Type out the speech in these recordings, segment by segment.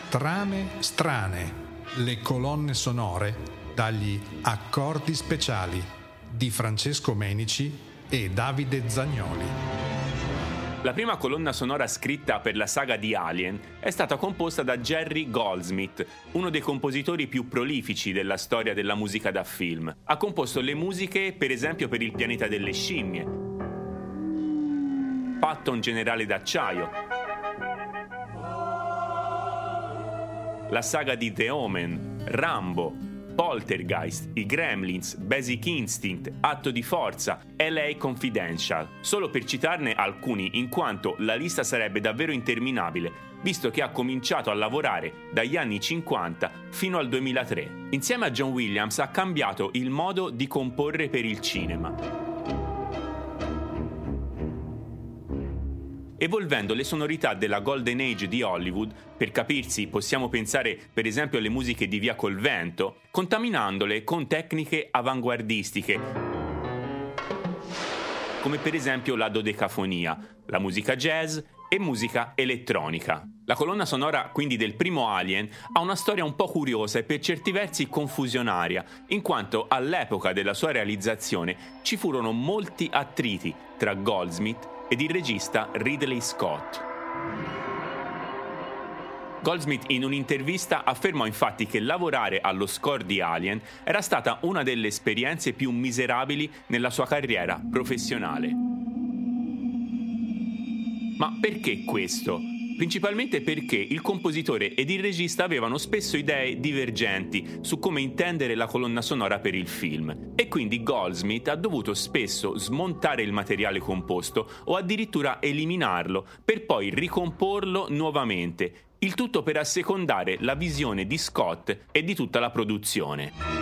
Trame strane, le colonne sonore dagli Accordi speciali di Francesco Menici e Davide Zagnoli. La prima colonna sonora scritta per la saga di Alien è stata composta da Jerry Goldsmith, uno dei compositori più prolifici della storia della musica da film. Ha composto le musiche, per esempio, per Il pianeta delle scimmie, Patton generale d'acciaio, la saga di The Omen, Rambo, Poltergeist, I Gremlins, Basic Instinct, Atto di forza, LA Confidential, solo per citarne alcuni, in quanto la lista sarebbe davvero interminabile, visto che ha cominciato a lavorare dagli anni 50 fino al 2003. Insieme a John Williams ha cambiato il modo di comporre per il cinema, evolvendo le sonorità della Golden Age di Hollywood. Per capirsi, possiamo pensare per esempio alle musiche di Via col Vento, contaminandole con tecniche avanguardistiche, come per esempio la dodecafonia, la musica jazz e musica elettronica. La colonna sonora quindi del primo Alien ha una storia un po' curiosa e per certi versi confusionaria, in quanto all'epoca della sua realizzazione ci furono molti attriti tra Goldsmith ed il regista Ridley Scott. Goldsmith in un'intervista affermò infatti che lavorare allo score di Alien era stata una delle esperienze più miserabili nella sua carriera professionale. Ma perché questo? Principalmente perché il compositore ed il regista avevano spesso idee divergenti su come intendere la colonna sonora per il film, e quindi Goldsmith ha dovuto spesso smontare il materiale composto o addirittura eliminarlo per poi ricomporlo nuovamente, il tutto per assecondare la visione di Scott e di tutta la produzione.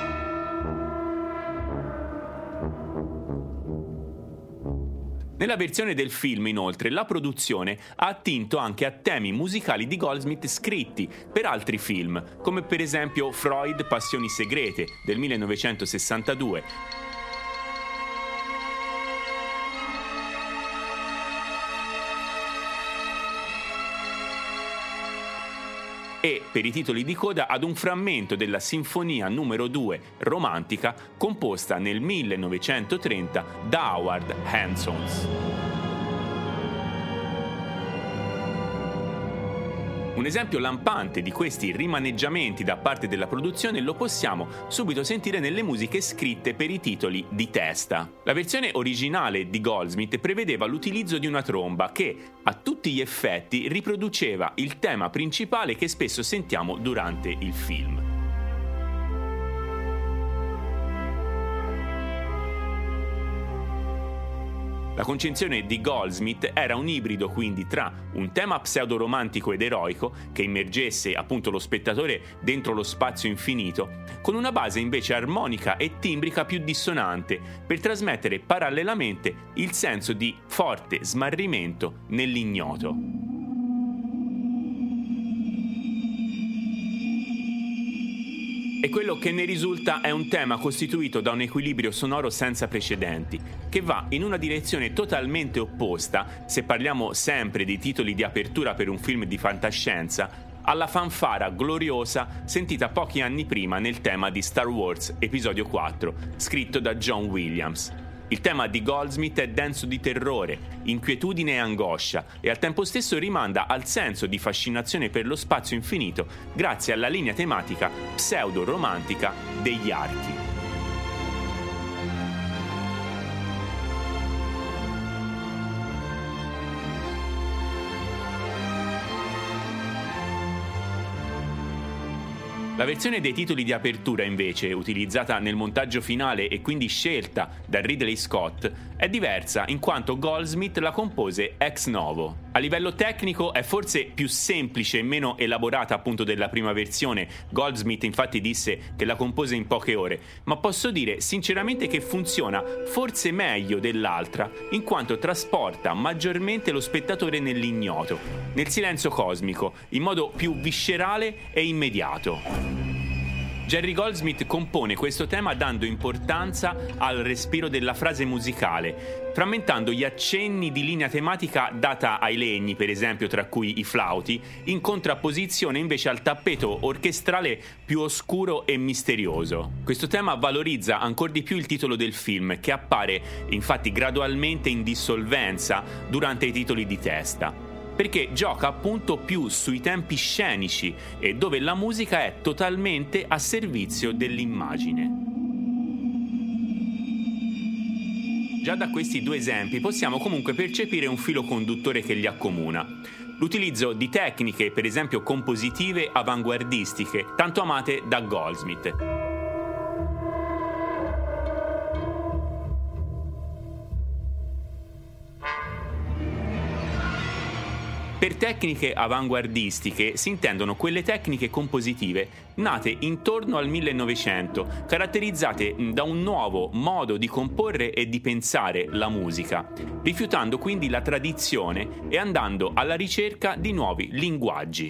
Nella versione del film, inoltre, la produzione ha attinto anche a temi musicali di Goldsmith scritti per altri film, come per esempio Freud, Passioni segrete, del 1962, e per i titoli di coda ad un frammento della Sinfonia numero 2 romantica composta nel 1930 da Howard Hansons. Un esempio lampante di questi rimaneggiamenti da parte della produzione lo possiamo subito sentire nelle musiche scritte per i titoli di testa. La versione originale di Goldsmith prevedeva l'utilizzo di una tromba che, a tutti gli effetti, riproduceva il tema principale che spesso sentiamo durante il film. La concezione di Goldsmith era un ibrido quindi tra un tema pseudoromantico ed eroico che immergesse appunto lo spettatore dentro lo spazio infinito, con una base invece armonica e timbrica più dissonante per trasmettere parallelamente il senso di forte smarrimento nell'ignoto. E quello che ne risulta è un tema costituito da un equilibrio sonoro senza precedenti, che va in una direzione totalmente opposta, se parliamo sempre dei titoli di apertura per un film di fantascienza, alla fanfara gloriosa sentita pochi anni prima nel tema di Star Wars Episodio 4, scritto da John Williams. Il tema di Goldsmith è denso di terrore, inquietudine e angoscia e al tempo stesso rimanda al senso di fascinazione per lo spazio infinito grazie alla linea tematica pseudo-romantica degli archi. La versione dei titoli di apertura, invece, utilizzata nel montaggio finale e quindi scelta da Ridley Scott, è diversa in quanto Goldsmith la compose ex novo. A livello tecnico è forse più semplice e meno elaborata appunto della prima versione. Goldsmith infatti disse che la compose in poche ore, ma posso dire sinceramente che funziona forse meglio dell'altra, in quanto trasporta maggiormente lo spettatore nell'ignoto, nel silenzio cosmico, in modo più viscerale e immediato. Jerry Goldsmith compone questo tema dando importanza al respiro della frase musicale, frammentando gli accenni di linea tematica data ai legni, per esempio, tra cui i flauti, in contrapposizione invece al tappeto orchestrale più oscuro e misterioso. Questo tema valorizza ancor di più il titolo del film, che appare infatti gradualmente in dissolvenza durante i titoli di testa, perché gioca appunto più sui tempi scenici e dove la musica è totalmente a servizio dell'immagine. Già da questi due esempi possiamo comunque percepire un filo conduttore che li accomuna: l'utilizzo di tecniche, per esempio compositive avanguardistiche, tanto amate da Goldsmith. Per tecniche avanguardistiche si intendono quelle tecniche compositive nate intorno al 1900, caratterizzate da un nuovo modo di comporre e di pensare la musica, rifiutando quindi la tradizione e andando alla ricerca di nuovi linguaggi.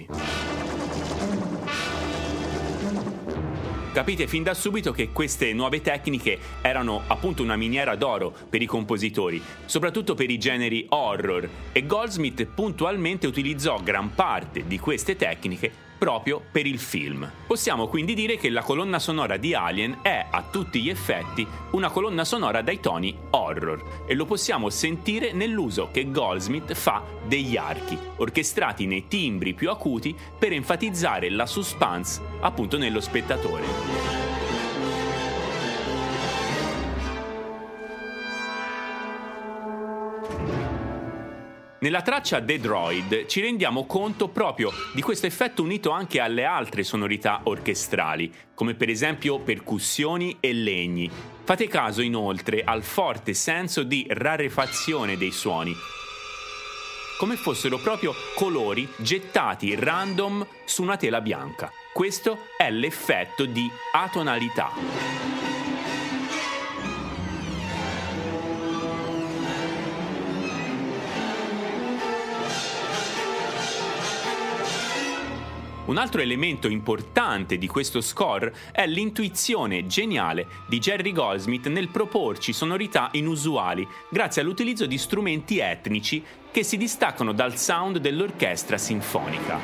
Capite fin da subito che queste nuove tecniche erano appunto una miniera d'oro per i compositori, soprattutto per i generi horror, e Goldsmith puntualmente utilizzò gran parte di queste tecniche proprio per il film. Possiamo quindi dire che la colonna sonora di Alien è a tutti gli effetti una colonna sonora dai toni horror, e lo possiamo sentire nell'uso che Goldsmith fa degli archi, orchestrati nei timbri più acuti per enfatizzare la suspense appunto nello spettatore. Nella traccia The Droid ci rendiamo conto proprio di questo effetto unito anche alle altre sonorità orchestrali, come per esempio percussioni e legni. Fate caso inoltre al forte senso di rarefazione dei suoni, come fossero proprio colori gettati random su una tela bianca. Questo è l'effetto di atonalità. Un altro elemento importante di questo score è l'intuizione geniale di Jerry Goldsmith nel proporci sonorità inusuali grazie all'utilizzo di strumenti etnici che si distaccano dal sound dell'orchestra sinfonica.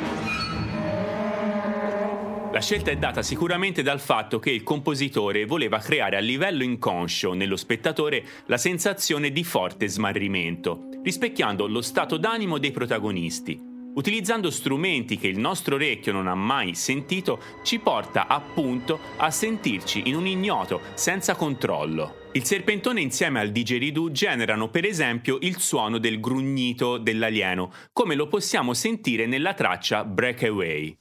La scelta è data sicuramente dal fatto che il compositore voleva creare a livello inconscio nello spettatore la sensazione di forte smarrimento, rispecchiando lo stato d'animo dei protagonisti. Utilizzando strumenti che il nostro orecchio non ha mai sentito, ci porta appunto a sentirci in un ignoto, senza controllo. Il serpentone insieme al didgeridoo generano per esempio il suono del grugnito dell'alieno, come lo possiamo sentire nella traccia Breakaway.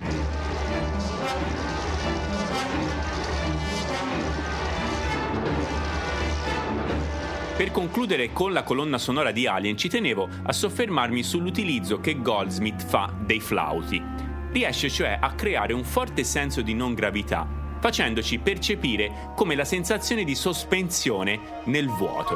Per concludere con la colonna sonora di Alien ci tenevo a soffermarmi sull'utilizzo che Goldsmith fa dei flauti. Riesce cioè a creare un forte senso di non gravità, facendoci percepire come la sensazione di sospensione nel vuoto.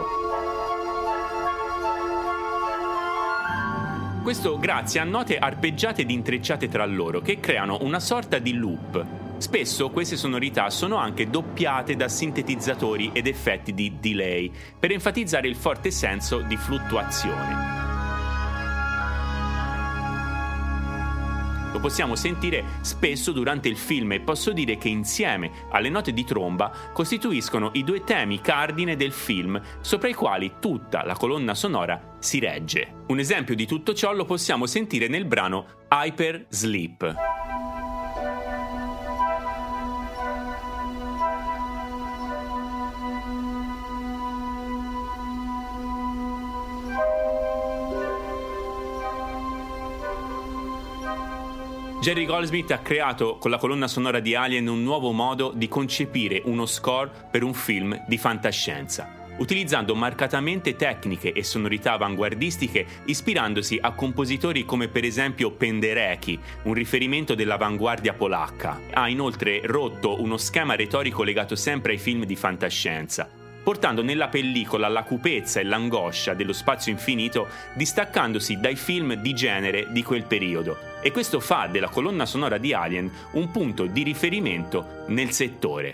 Questo grazie a note arpeggiate ed intrecciate tra loro che creano una sorta di loop. Spesso queste sonorità sono anche doppiate da sintetizzatori ed effetti di delay per enfatizzare il forte senso di fluttuazione. Lo possiamo sentire spesso durante il film e posso dire che insieme alle note di tromba costituiscono i due temi cardine del film sopra i quali tutta la colonna sonora si regge. Un esempio di tutto ciò lo possiamo sentire nel brano Hyper Sleep. Jerry Goldsmith ha creato con la colonna sonora di Alien un nuovo modo di concepire uno score per un film di fantascienza, utilizzando marcatamente tecniche e sonorità avanguardistiche ispirandosi a compositori come per esempio Penderecki, un riferimento dell'avanguardia polacca. Ha inoltre rotto uno schema retorico legato sempre ai film di fantascienza, portando nella pellicola la cupezza e l'angoscia dello spazio infinito, distaccandosi dai film di genere di quel periodo. E questo fa della colonna sonora di Alien un punto di riferimento nel settore.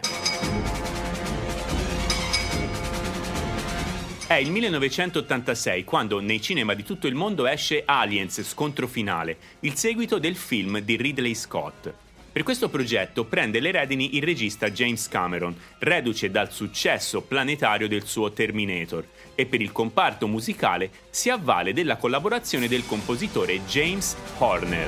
È il 1986 quando nei cinema di tutto il mondo esce Aliens Scontro Finale, il seguito del film di Ridley Scott. Per questo progetto prende le redini il regista James Cameron, reduce dal successo planetario del suo Terminator, e per il comparto musicale si avvale della collaborazione del compositore James Horner.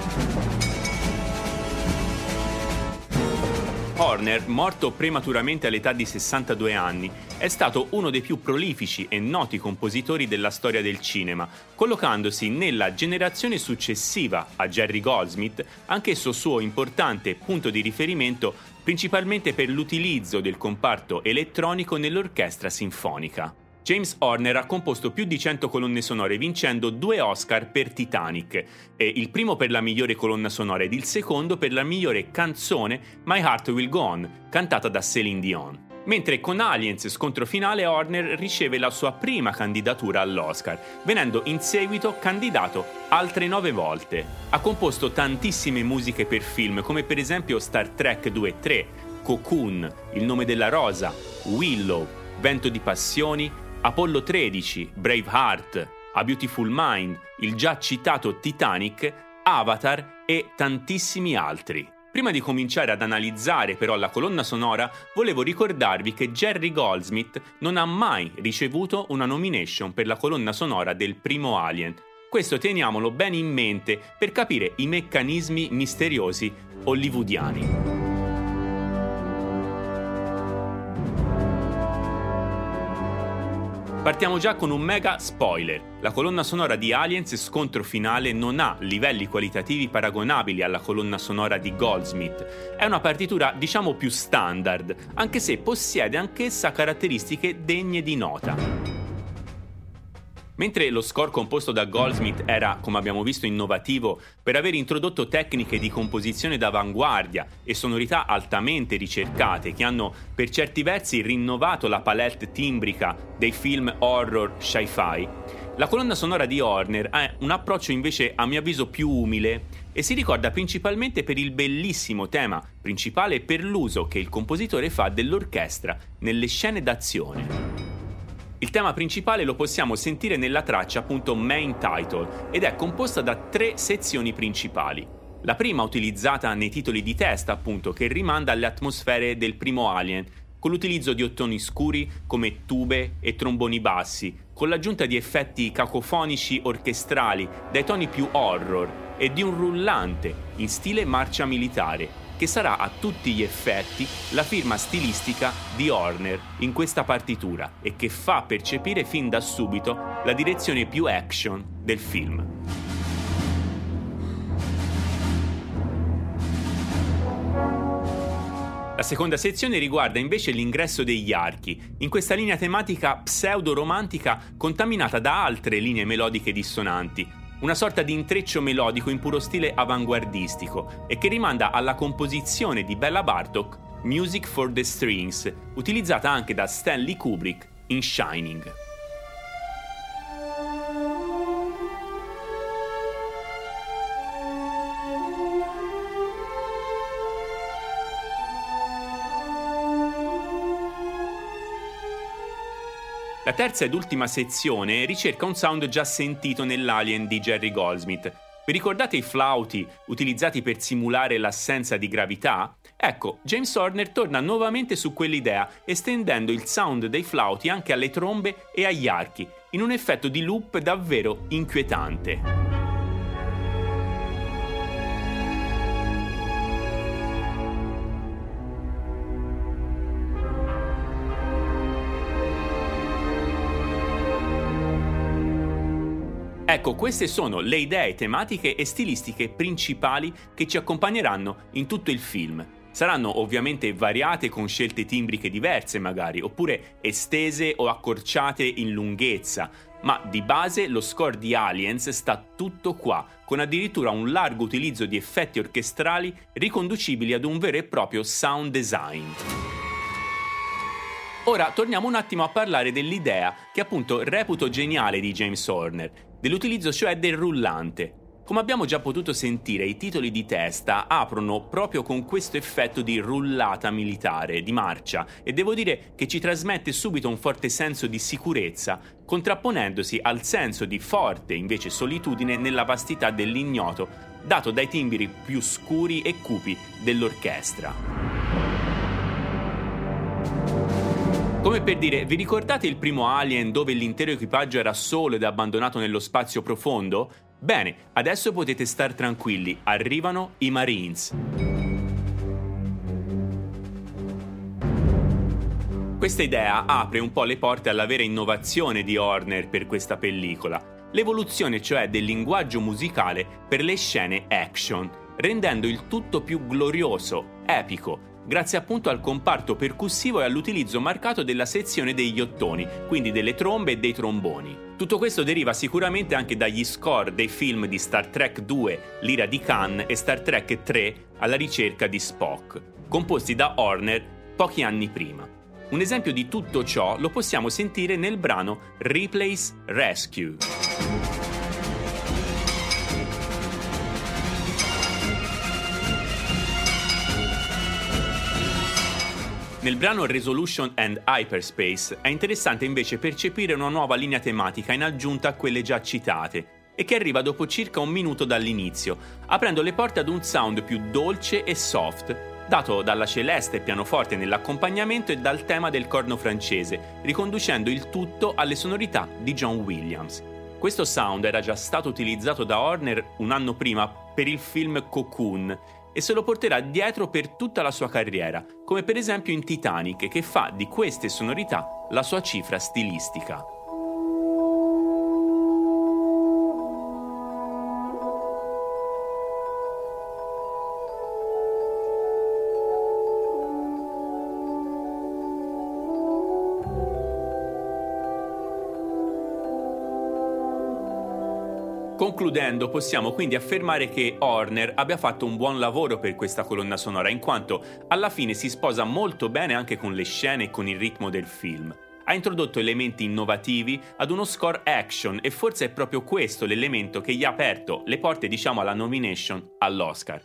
Horner, morto prematuramente all'età di 62 anni, è stato uno dei più prolifici e noti compositori della storia del cinema, collocandosi nella generazione successiva a Jerry Goldsmith, anch'esso suo importante punto di riferimento principalmente per l'utilizzo del comparto elettronico nell'orchestra sinfonica. James Horner ha composto più di 100 colonne sonore, vincendo 2 Oscar per Titanic, e il primo per la migliore colonna sonora ed il secondo per la migliore canzone My Heart Will Go On, cantata da Céline Dion. Mentre con Aliens Scontro Finale Horner riceve la sua prima candidatura all'Oscar, venendo in seguito candidato altre 9 volte. Ha composto tantissime musiche per film, come per esempio Star Trek 2 e 3, Cocoon, Il nome della rosa, Willow, Vento di passioni, Apollo 13, Braveheart, A Beautiful Mind, il già citato Titanic, Avatar e tantissimi altri. Prima di cominciare ad analizzare però la colonna sonora, volevo ricordarvi che Jerry Goldsmith non ha mai ricevuto una nomination per la colonna sonora del primo Alien. Questo teniamolo bene in mente per capire i meccanismi misteriosi hollywoodiani. Partiamo già con un mega spoiler. La colonna sonora di Aliens Scontro Finale non ha livelli qualitativi paragonabili alla colonna sonora di Goldsmith. È una partitura diciamo più standard, anche se possiede anch'essa caratteristiche degne di nota. Mentre lo score composto da Goldsmith era, come abbiamo visto, innovativo per aver introdotto tecniche di composizione d'avanguardia e sonorità altamente ricercate che hanno per certi versi rinnovato la palette timbrica dei film horror sci-fi, la colonna sonora di Horner ha un approccio invece a mio avviso più umile e si ricorda principalmente per il bellissimo tema principale e per l'uso che il compositore fa dell'orchestra nelle scene d'azione. Il tema principale lo possiamo sentire nella traccia appunto Main Title ed è composta da 3 sezioni principali. La prima utilizzata nei titoli di testa appunto che rimanda alle atmosfere del primo Alien, con l'utilizzo di ottoni scuri come tube e tromboni bassi, con l'aggiunta di effetti cacofonici orchestrali dai toni più horror e di un rullante in stile marcia militare, che sarà a tutti gli effetti la firma stilistica di Horner in questa partitura e che fa percepire fin da subito la direzione più action del film. La seconda sezione riguarda invece l'ingresso degli archi, in questa linea tematica pseudo-romantica contaminata da altre linee melodiche dissonanti, una sorta di intreccio melodico in puro stile avanguardistico e che rimanda alla composizione di Bela Bartok, Music for the Strings, utilizzata anche da Stanley Kubrick in Shining. La terza ed ultima sezione ricerca un sound già sentito nell'Alien di Jerry Goldsmith. Vi ricordate i flauti utilizzati per simulare l'assenza di gravità? Ecco, James Horner torna nuovamente su quell'idea, estendendo il sound dei flauti anche alle trombe e agli archi, in un effetto di loop davvero inquietante. Ecco, queste sono le idee tematiche e stilistiche principali che ci accompagneranno in tutto il film. Saranno ovviamente variate con scelte timbriche diverse magari, oppure estese o accorciate in lunghezza, ma di base lo score di Aliens sta tutto qua, con addirittura un largo utilizzo di effetti orchestrali riconducibili ad un vero e proprio sound design. Ora torniamo un attimo a parlare dell'idea che appunto reputo geniale di James Horner, dell'utilizzo cioè del rullante. Come abbiamo già potuto sentire, i titoli di testa aprono proprio con questo effetto di rullata militare, di marcia, e devo dire che ci trasmette subito un forte senso di sicurezza, contrapponendosi al senso di forte, invece, solitudine nella vastità dell'ignoto, dato dai timbri più scuri e cupi dell'orchestra. Come per dire, vi ricordate il primo Alien dove l'intero equipaggio era solo ed abbandonato nello spazio profondo? Bene, adesso potete star tranquilli, arrivano i Marines. Questa idea apre un po' le porte alla vera innovazione di Horner per questa pellicola, l'evoluzione cioè del linguaggio musicale per le scene action, rendendo il tutto più glorioso, epico, grazie appunto al comparto percussivo e all'utilizzo marcato della sezione degli ottoni, quindi delle trombe e dei tromboni. Tutto questo deriva sicuramente anche dagli score dei film di Star Trek 2, L'ira di Khan, e Star Trek 3, Alla ricerca di Spock, composti da Horner pochi anni prima. Un esempio di tutto ciò lo possiamo sentire nel brano Ripley's Rescue. Nel brano Resolution and Hyperspace è interessante invece percepire una nuova linea tematica in aggiunta a quelle già citate e che arriva dopo circa un minuto dall'inizio, aprendo le porte ad un sound più dolce e soft, dato dalla celeste pianoforte nell'accompagnamento e dal tema del corno francese, riconducendo il tutto alle sonorità di John Williams. Questo sound era già stato utilizzato da Horner un anno prima per il film Cocoon, e se lo porterà dietro per tutta la sua carriera, come per esempio in Titanic, che fa di queste sonorità la sua cifra stilistica. Concludendo, possiamo quindi affermare che Horner abbia fatto un buon lavoro per questa colonna sonora, in quanto alla fine si sposa molto bene anche con le scene e con il ritmo del film. Ha introdotto elementi innovativi ad uno score action e forse è proprio questo l'elemento che gli ha aperto le porte, diciamo, alla nomination all'Oscar.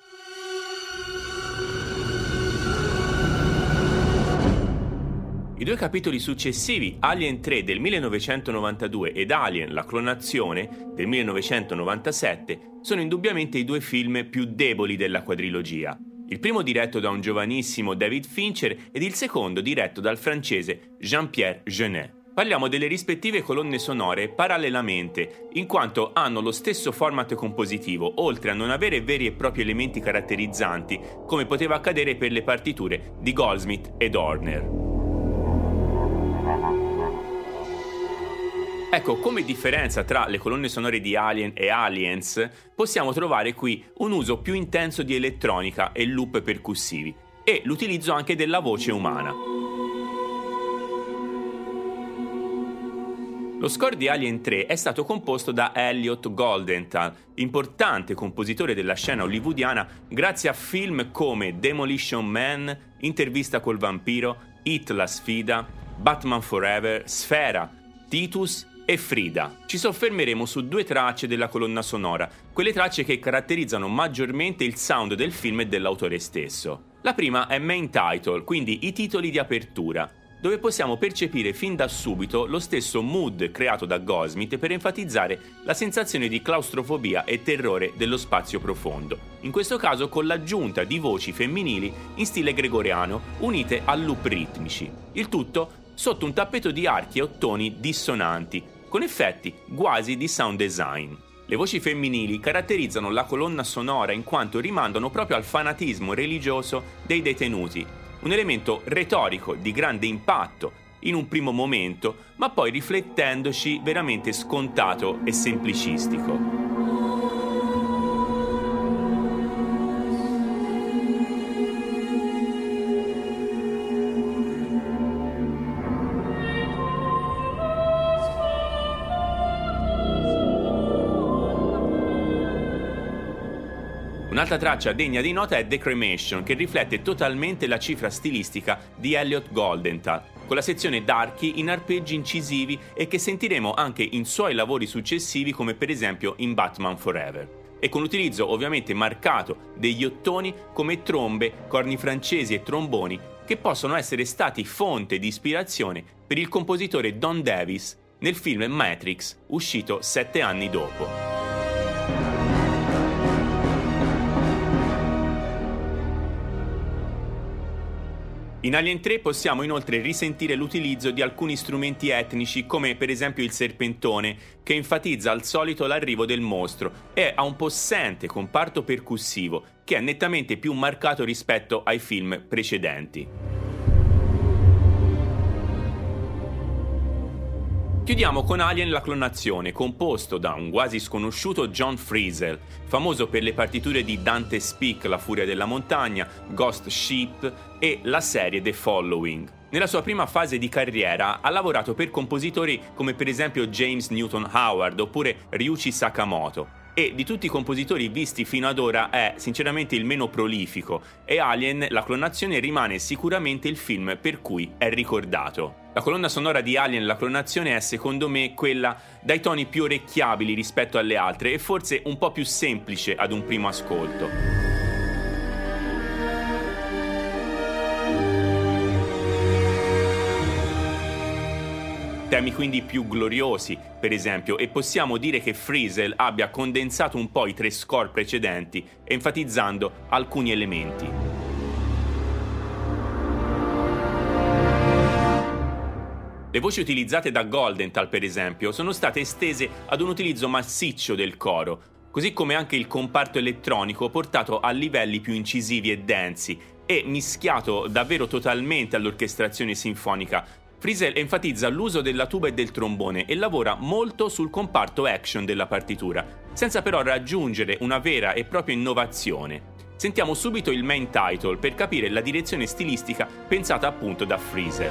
I due capitoli successivi, Alien 3 del 1992 ed Alien, la clonazione del 1997, sono indubbiamente i due film più deboli della quadrilogia. Il primo diretto da un giovanissimo David Fincher ed il secondo diretto dal francese Jean-Pierre Jeunet. Parliamo delle rispettive colonne sonore parallelamente, in quanto hanno lo stesso format compositivo, oltre a non avere veri e propri elementi caratterizzanti, come poteva accadere per le partiture di Goldsmith ed Horner. Ecco, come differenza tra le colonne sonore di Alien e Aliens, possiamo trovare qui un uso più intenso di elettronica e loop percussivi, e l'utilizzo anche della voce umana. Lo score di Alien 3 è stato composto da Elliot Goldenthal, importante compositore della scena hollywoodiana grazie a film come Demolition Man, Intervista col vampiro, It la sfida, Batman Forever, Sfera, Titus e Frida. Ci soffermeremo su due tracce della colonna sonora, quelle tracce che caratterizzano maggiormente il sound del film e dell'autore stesso. La prima è Main Title, quindi i titoli di apertura, dove possiamo percepire fin da subito lo stesso mood creato da Goldsmith per enfatizzare la sensazione di claustrofobia e terrore dello spazio profondo, in questo caso con l'aggiunta di voci femminili in stile gregoriano unite a loop ritmici, il tutto sotto un tappeto di archi e ottoni dissonanti, con effetti quasi di sound design. Le voci femminili caratterizzano la colonna sonora in quanto rimandano proprio al fanatismo religioso dei detenuti, un elemento retorico di grande impatto in un primo momento, ma poi riflettendoci veramente scontato e semplicistico. Un'altra traccia degna di nota è The Cremation, che riflette totalmente la cifra stilistica di Elliot Goldenthal, con la sezione d'archi in arpeggi incisivi e che sentiremo anche in suoi lavori successivi come per esempio in Batman Forever. E con l'utilizzo ovviamente marcato degli ottoni come trombe, corni francesi e tromboni che possono essere stati fonte di ispirazione per il compositore Don Davis nel film Matrix, uscito 7 anni dopo. In Alien 3 possiamo inoltre risentire l'utilizzo di alcuni strumenti etnici come per esempio il serpentone, che enfatizza al solito l'arrivo del mostro e ha un possente comparto percussivo che è nettamente più marcato rispetto ai film precedenti. Chiudiamo con Alien la clonazione, composto da un quasi sconosciuto John Friesel, famoso per le partiture di Dante's Peak, La furia della montagna, Ghost Ship e la serie The Following. Nella sua prima fase di carriera ha lavorato per compositori come per esempio James Newton Howard oppure Ryuichi Sakamoto. E di tutti i compositori visti fino ad ora è sinceramente il meno prolifico, e Alien, la clonazione, rimane sicuramente il film per cui è ricordato. La colonna sonora di Alien, la clonazione, è secondo me quella dai toni più orecchiabili rispetto alle altre e forse un po' più semplice ad un primo ascolto. Temi quindi più gloriosi, per esempio, e possiamo dire che Friesel abbia condensato un po' i 3 score precedenti, enfatizzando alcuni elementi. Le voci utilizzate da Goldenthal, per esempio, sono state estese ad un utilizzo massiccio del coro, così come anche il comparto elettronico portato a livelli più incisivi e densi e mischiato davvero totalmente all'orchestrazione sinfonica. Friesel enfatizza l'uso della tuba e del trombone e lavora molto sul comparto action della partitura, senza però raggiungere una vera e propria innovazione. Sentiamo subito il main title per capire la direzione stilistica pensata appunto da Friesel.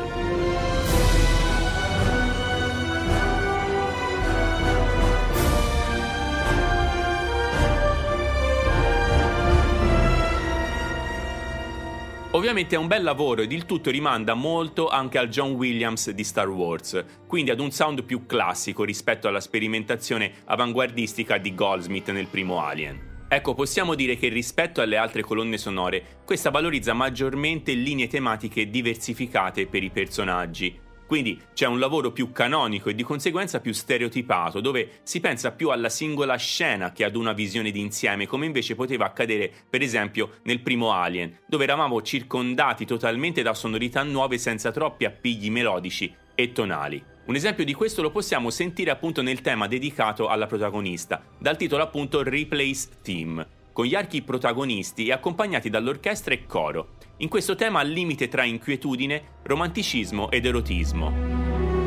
Ovviamente è un bel lavoro ed il tutto rimanda molto anche al John Williams di Star Wars, quindi ad un sound più classico rispetto alla sperimentazione avanguardistica di Goldsmith nel primo Alien. Ecco, possiamo dire che rispetto alle altre colonne sonore, questa valorizza maggiormente linee tematiche diversificate per i personaggi. Quindi c'è un lavoro più canonico e di conseguenza più stereotipato, dove si pensa più alla singola scena che ad una visione d'insieme, come invece poteva accadere per esempio nel primo Alien, dove eravamo circondati totalmente da sonorità nuove senza troppi appigli melodici e tonali. Un esempio di questo lo possiamo sentire appunto nel tema dedicato alla protagonista, dal titolo appunto Ripley's Theme, con gli archi protagonisti e accompagnati dall'orchestra e coro. In questo tema al limite tra inquietudine, romanticismo ed erotismo.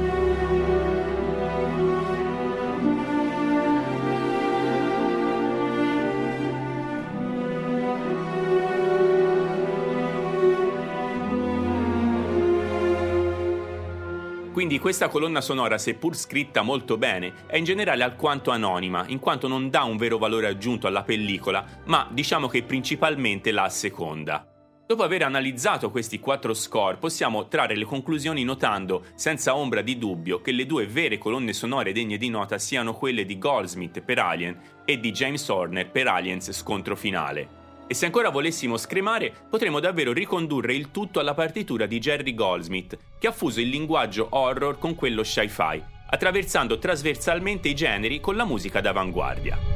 Quindi questa colonna sonora, seppur scritta molto bene, è in generale alquanto anonima, in quanto non dà un vero valore aggiunto alla pellicola, ma diciamo che principalmente la asseconda. Dopo aver analizzato questi 4 score, possiamo trarre le conclusioni notando, senza ombra di dubbio, che le 2 vere colonne sonore degne di nota siano quelle di Goldsmith per Alien e di James Horner per Aliens Scontro Finale. E se ancora volessimo scremare, potremmo davvero ricondurre il tutto alla partitura di Jerry Goldsmith, che ha fuso il linguaggio horror con quello sci-fi, attraversando trasversalmente i generi con la musica d'avanguardia.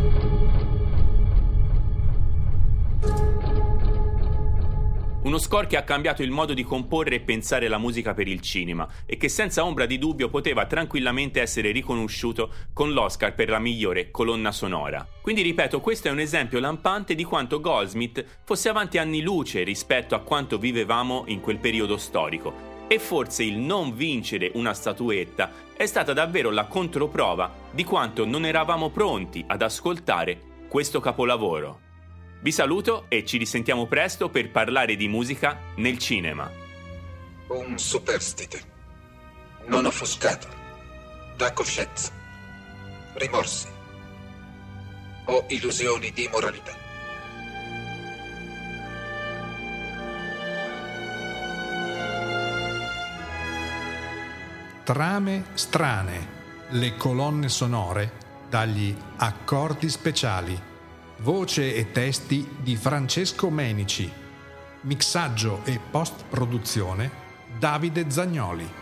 Uno score che ha cambiato il modo di comporre e pensare la musica per il cinema e che senza ombra di dubbio poteva tranquillamente essere riconosciuto con l'Oscar per la migliore colonna sonora. Quindi ripeto, questo è un esempio lampante di quanto Goldsmith fosse avanti anni luce rispetto a quanto vivevamo in quel periodo storico. E forse il non vincere una statuetta è stata davvero la controprova di quanto non eravamo pronti ad ascoltare questo capolavoro. Vi saluto e ci risentiamo presto per parlare di musica nel cinema. Un superstite, non offuscato, da coscienza, rimorsi o illusioni di moralità. Trame strane, le colonne sonore dagli accordi speciali. Voce e testi di Francesco Menici. Mixaggio e post-produzione Davide Zagnoli.